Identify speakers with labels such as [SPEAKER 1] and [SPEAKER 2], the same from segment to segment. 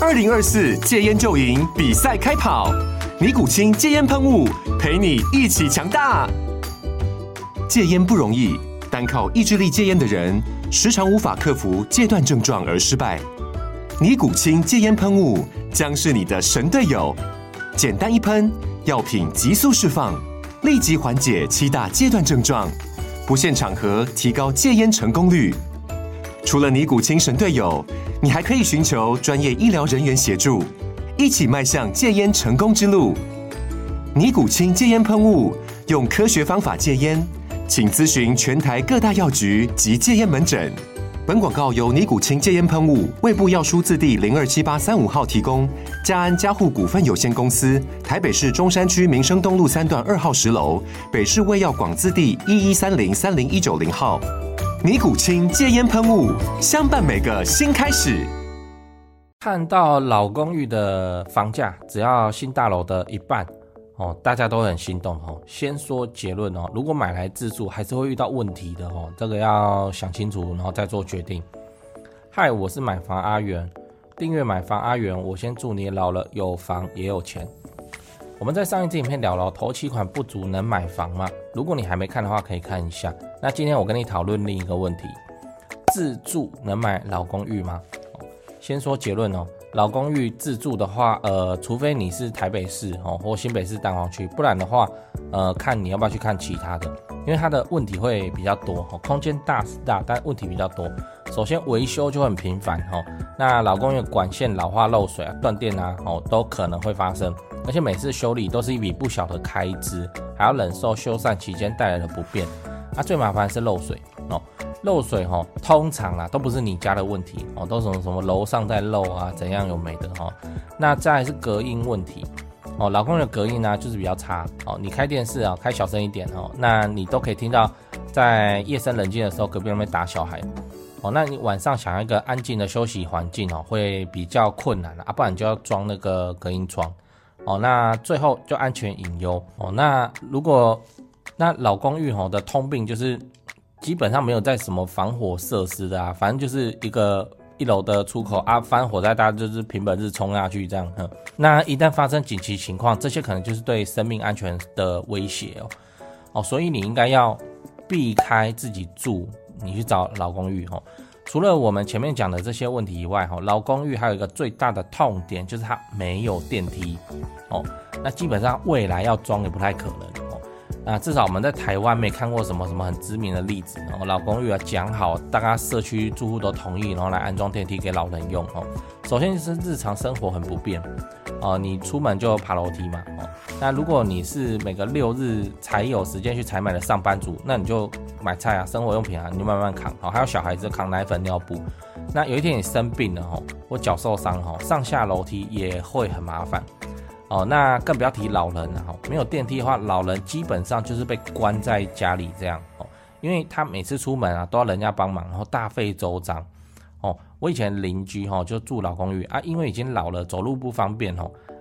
[SPEAKER 1] 2024戒烟就赢比赛开跑，尼古清戒烟喷雾陪你一起强大。戒烟不容易，单靠意志力戒烟的人，时常无法克服戒断症状而失败。尼古清戒烟喷雾将是你的神队友，简单一喷，药品急速释放，立即缓解7大戒断症状，不限场合提高戒烟成功率。除了尼古清神队友，你还可以寻求专业医疗人员协助，一起迈向戒烟成功之路。尼古清戒烟喷雾，用科学方法戒烟，请咨询全台各大药局及戒烟门诊。本广告由尼古清戒烟喷雾、卫部药书字第027835号提供，嘉安嘉护股份有限公司，台北市中山区民生东路3段2号10楼，北市卫药广字第1130-30190号。尼古清戒烟喷雾，相伴每个新开始。
[SPEAKER 2] 看到老公寓的房价只要新大楼的一半大家都很心动先说结论如果买来自住还是会遇到问题的这个要想清楚，然后再做决定。嗨，我是买房阿元，订阅买房阿元，我先祝你老了有房也有钱。我们在上一支影片聊了头期款不足能买房吗？如果你还没看的话可以看一下。那今天我跟你讨论另一个问题，自住能买老公寓吗？先说结论老公寓自住的话除非你是台北市或新北市蛋黄区，不然的话看你要不要去看其他的，因为它的问题会比较多空间大是大，但问题比较多。首先维修就很频繁那老公寓管线老化漏水断电都可能会发生，而且每次修理都是一笔不小的开支，还要忍受修缮期间带来的不便最麻烦的是漏水漏水通常都不是你家的问题都是什么楼上在漏怎样有没的那再来是隔音问题老公寓的隔音就是比较差你开电视开小声一点那你都可以听到在夜深人静的时候隔壁那边打小孩那你晚上想要一个安静的休息环境会比较困难不然你就要装那个隔音窗那最后就安全隐忧那如果那老公寓的通病就是基本上没有在什么防火设施的反正就是一个1楼的出口翻火灾大家就是凭本事冲下去这样那一旦发生紧急情况，这些可能就是对生命安全的威胁所以你应该要避开自己住，你去找老公寓除了我们前面讲的这些问题以外老公寓还有一个最大的痛点就是它没有电梯那基本上未来要装也不太可能那至少我们在台湾没看过什么很知名的例子老公寓讲好大家社区住户都同意然后来安装电梯给老人用首先是日常生活很不便你出门就爬楼梯嘛那如果你是每个6日才有时间去采买的上班族，那你就买菜生活用品你就慢慢扛还有小孩子扛奶粉尿布，那有一天你生病了或脚受伤上下楼梯也会很麻烦那更不要提老人没有电梯的话，老人基本上就是被关在家里这样因为他每次出门都要人家帮忙，然后大费周章我以前邻居就住老公寓因为已经老了，走路不方便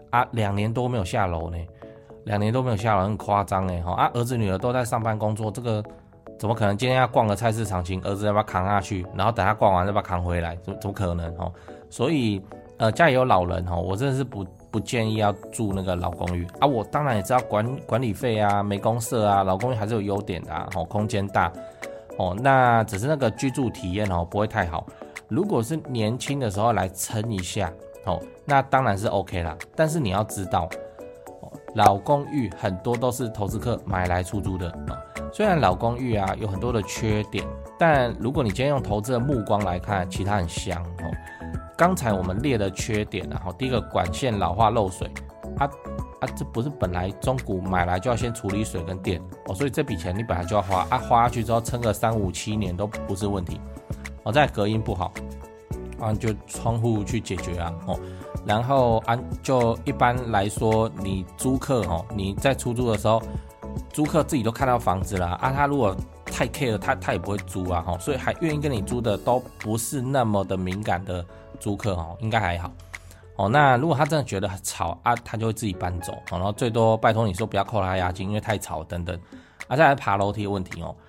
[SPEAKER 2] 2年多没有下楼呢，2年多没有下楼很夸张儿子女儿都在上班工作，这个怎么可能今天要逛个菜市场，请儿子要不要扛下去，然后等他逛完要不要扛回来，怎么可能所以家里有老人我真的是不建议要住那个老公寓我当然也知道管理费没公社老公寓还是有优点的空间大那只是那个居住体验不会太好。如果是年轻的时候来撑一下那当然是 OK 啦，但是你要知道老公寓很多都是投资客买来出租的虽然老公寓有很多的缺点，但如果你今天用投资的目光来看，其实它很香刚才我们列的缺点第一个管线老化漏水这不是本来中古买来就要先处理水跟电所以这笔钱你本来就要花花下去之后撑个3、5、7年都不是问题再隔音不好就窗户去解决然后就一般来说你租客你在出租的时候，租客自己都看到房子了他如果太 care 他也不会租所以还愿意跟你租的都不是那么的敏感的租客应该还好那如果他真的觉得吵他就会自己搬走然后最多拜托你说不要扣他押金，因为太吵等等再来爬楼梯的问题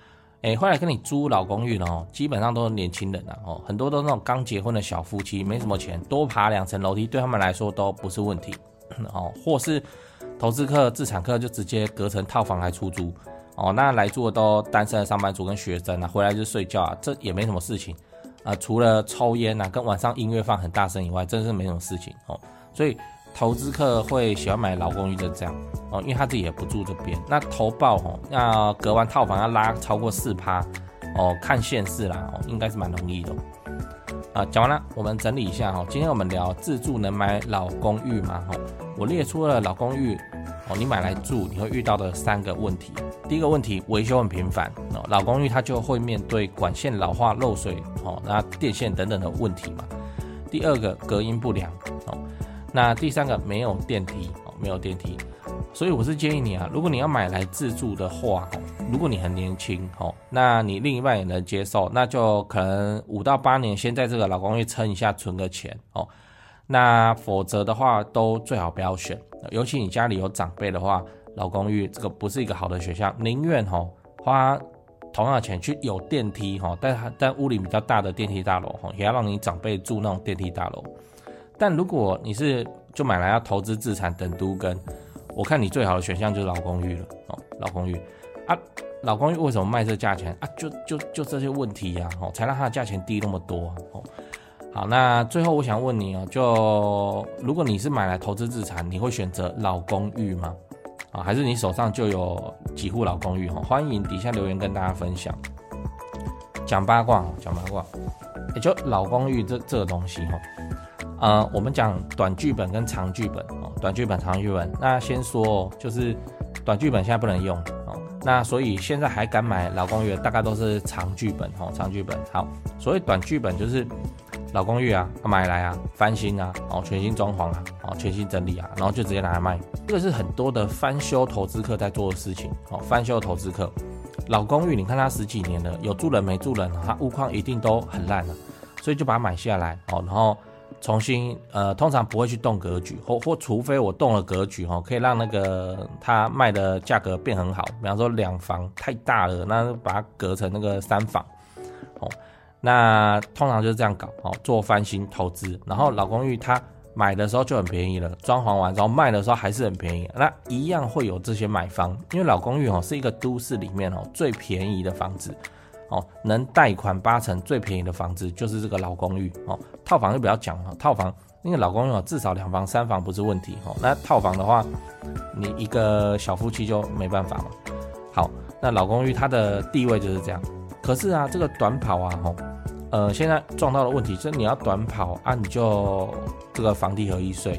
[SPEAKER 2] 会来跟你租老公寓的基本上都是年轻人很多都是那种刚结婚的小夫妻，没什么钱，多爬2层楼梯对他们来说都不是问题或是投资客、自产客就直接隔成套房来出租那来住的都单身的上班族跟学生回来就睡觉这也没什么事情除了抽烟跟晚上音乐放很大声以外，真的是没什么事情所以投资客会喜欢买老公寓就这样因为他自己也不住这边。那投报要隔完套房要拉超过4%看县市啦应该是蛮容易的讲完了，我们整理一下今天我们聊自住能买老公寓吗我列出了老公寓你买来住你会遇到的3个问题。第一个问题，维修很频繁老公寓它就会面对管线老化、漏水那电线等等的问题嘛。第二个，隔音不良那第3个，没有电梯没有电梯。所以我是建议你如果你要买来自住的话如果你很年轻那你另一半也能接受，那就可能5到8年先在这个老公寓撑一下，存个钱那否则的话都最好不要选，尤其你家里有长辈的话，老公寓这个不是一个好的选项，宁愿花同样的钱去有电梯但屋里比较大的电梯大楼也要让你长辈住那种电梯大楼。但如果你是就买来要投资自产等都更，我看你最好的选项就是老公寓了老公寓老公寓为什么卖这价钱就这些问题才让它的价钱低那么多好，那最后我想问你就如果你是买来投资自产，你会选择老公寓吗还是你手上就有几户老公寓欢迎底下留言跟大家分享。讲八卦就老公寓这个东西我们讲短剧本跟长剧本短剧本长剧本。那先说就是短剧本现在不能用那所以现在还敢买老公寓的大概都是长剧本长剧本。好，所谓短剧本就是老公寓买来翻新全新装潢全新整理然后就直接拿来卖。这个是很多的翻修投资客在做的事情翻修投资客老公寓你看它10几年了，有住人没住人它屋况一定都很烂所以就把它买下来然后重新通常不会去动格局或除非我动了格局可以让那个它卖的价格变很好，比方说2房太大了，那把它隔成那个3房那通常就是这样搞做翻新投资。然后老公寓它买的时候就很便宜了，装潢完之后卖的时候还是很便宜，那一样会有这些买方，因为老公寓是一个都市里面最便宜的房子能贷款8成最便宜的房子就是这个老公寓套房就不要讲套房那个老公寓至少2房3房不是问题那套房的话你一个小夫妻就没办法嘛。好，那老公寓它的地位就是这样。可是这个短跑现在撞到的问题就是你要短跑你就这个房地合一税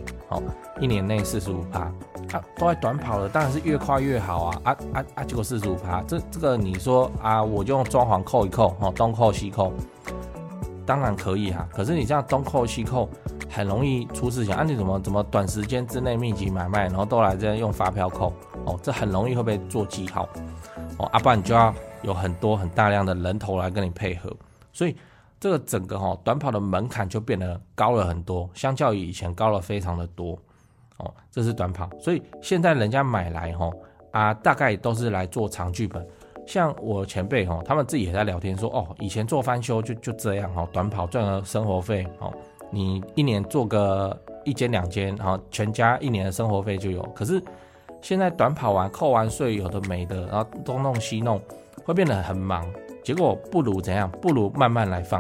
[SPEAKER 2] 1年内45%都在短跑了，当然是越快越好结果45%这个你说我就用装潢扣一扣东扣西扣当然可以可是你这样东扣西扣很容易出事情你怎么短时间之内密集买卖然后都来这样用发票扣这很容易会被做记号不然你就要有很大量的人头来跟你配合，所以这个整个短跑的门槛就变得高了很多，相较于以前高了非常的多这是短跑。所以现在人家买来大概都是来做长剧本。像我前辈他们自己也在聊天说以前做翻修就这样短跑赚了生活费你1年做个1间2间全家1年的生活费就有。可是现在短跑完扣完税有的没的，然后东弄西弄会变得很忙，结果不如怎样？不如慢慢来放，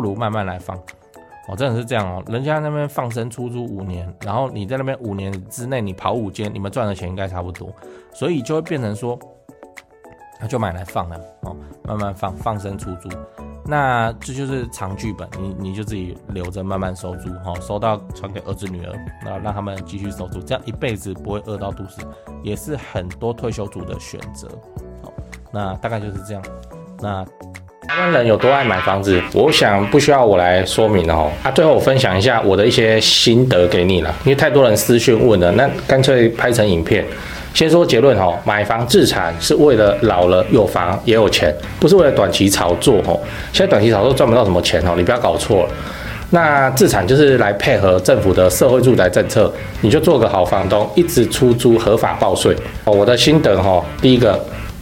[SPEAKER 2] 真的是这样人家那边放生出租5年，然后你在那边5年之内你跑5间，你们赚的钱应该差不多，所以就会变成说就买来放了慢慢放生出租。那这就是长剧本，你就自己留着慢慢收租收到传给儿子女儿，那让他们继续收租，这样一辈子不会饿到肚子，也是很多退休族的选择那大概就是这样。那台湾人有多爱买房子，我想不需要我来说明最后我分享一下我的一些心得给你了，因为太多人私讯问了，那干脆拍成影片。先说结论买房自产是为了老了有房也有钱，不是为了短期炒作现在短期炒作赚不到什么钱你不要搞错了。那自产就是来配合政府的社会住宅政策，你就做个好房东，一直出租合法报税我的心得第一个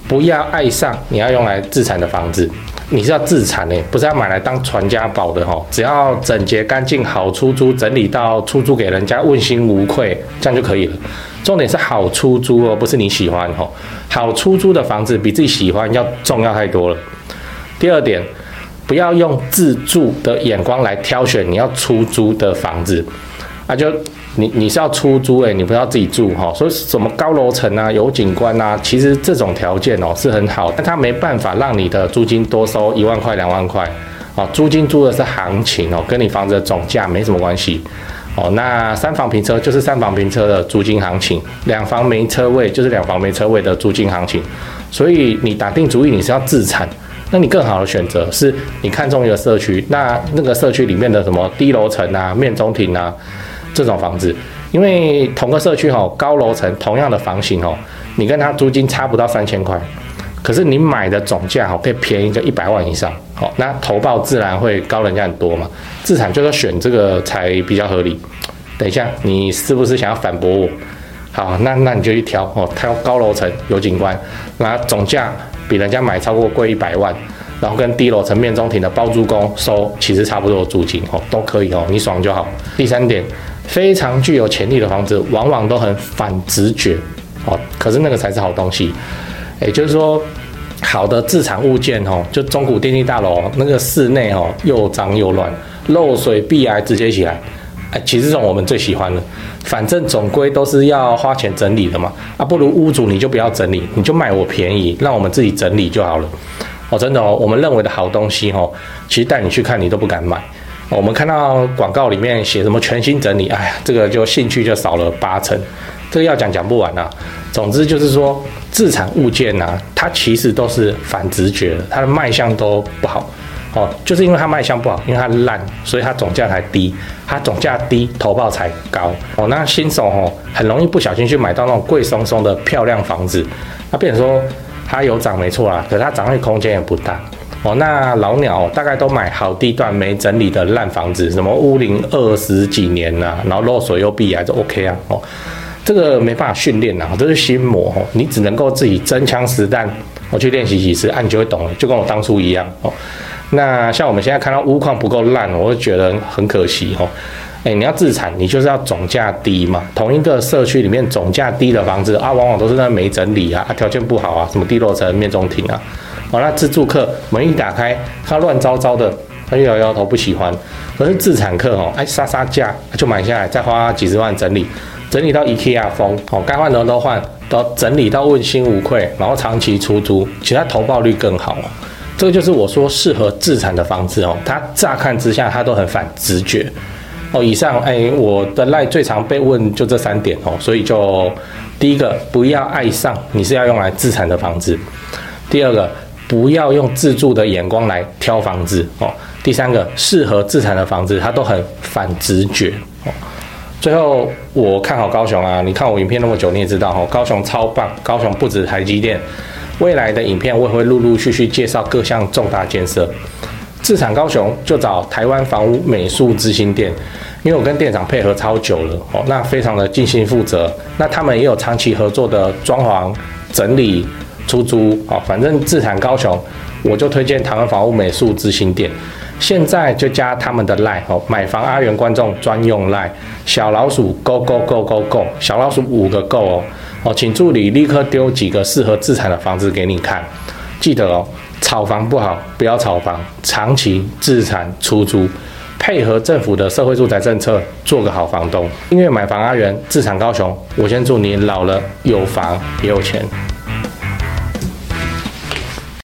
[SPEAKER 2] 不要爱上你要用来自产的房子，你是要自产不是要买来当传家宝的只要整洁干净、好出租，整理到出租给人家问心无愧，这样就可以了。重点是好出租不是你喜欢好出租的房子比自己喜欢要重要太多了。第二点，不要用自住的眼光来挑选你要出租的房子就你是要出租你不是要自己住所以什么高楼层有景观其实这种条件是很好，但它没办法让你的租金多收1万块2万块租金租的是行情跟你房子的总价没什么关系那3房平车就是3房平车的租金行情，2房没车位就是2房没车位的租金行情，所以你打定主意你是要自产，那你更好的选择是你看中一个社区，那个社区里面的什么低楼层面中庭这种房子，因为同个社区高楼层同样的房型你跟它租金差不到3000块，可是你买的总价可以便宜个100万以上那投报自然会高人家很多嘛，自产就是选这个才比较合理。等一下你是不是想要反驳我？好，那你就去挑高楼层有景观，那总价比人家买超过贵100万，然后跟低楼层面中庭的包租公收其实差不多的租金都可以你爽就好。第三点，非常具有潜力的房子往往都很反直觉可是那个才是好东西。也就是说，好的自产物件就中古电梯大楼那个室内又脏又乱，漏水壁癌直接起来其实这种我们最喜欢了，反正总归都是要花钱整理的嘛不如屋主你就不要整理，你就卖我便宜，让我们自己整理就好了真的我们认为的好东西其实带你去看你都不敢买我们看到广告里面写什么全新整理，这个就兴趣就少了80%，这个要讲不完总之就是说，自产物件它其实都是反直觉的，它的卖相都不好就是因为它卖相不好，因为它烂，所以它总价才低，它总价低，投报才高那新手很容易不小心去买到那种贵松松的漂亮房子，那变成说它有涨没错可是它涨的空间也不大那老鸟大概都买好地段没整理的烂房子，什么屋龄20几年然后漏水又壁癌就 OK 这个没办法训练这是心魔你只能够自己真枪实弹去练习几次你就会懂了，就跟我当初一样那像我们现在看到屋况不够烂，我会觉得很可惜你要自产，你就是要总价低嘛。同一个社区里面总价低的房子往往都是那没整理条件不好什么低楼层面中庭那自住客门一打开，他乱糟糟的，他就摇摇头不喜欢。可是自产客杀杀价就买下来，再花几十万整理到 IKEA 风该换的都换，都整理到问心无愧，然后长期出租，其实它投报率更好这个就是我说适合自产的房子它乍看之下它都很反直觉以上我的赖最常被问就这3点所以就第一个，不要爱上你是要用来自产的房子；第二个，不要用自住的眼光来挑房子第三个，适合自产的房子它都很反直觉最后我看好高雄你看我影片那么久你也知道高雄超棒，高雄不止台积电，未来的影片我也会陆陆续续介绍各项重大建设。自产高雄就找台湾房屋美术之星店，因为我跟店长配合超久了那非常的尽心负责，那他们也有长期合作的装潢、整理、出租反正自产高雄我就推荐台湾房屋美术之星店。现在就加他们的 LINE 买房阿元观众专用 LINE 小老鼠 go go go go go 小老鼠5个 go 请助理立刻丢几个适合自产的房子给你看。记得炒房不好，不要炒房，长期自产出租，配合政府的社会住宅政策，做个好房东。因为买房阿元自产高雄，我先祝你老了有房也有钱。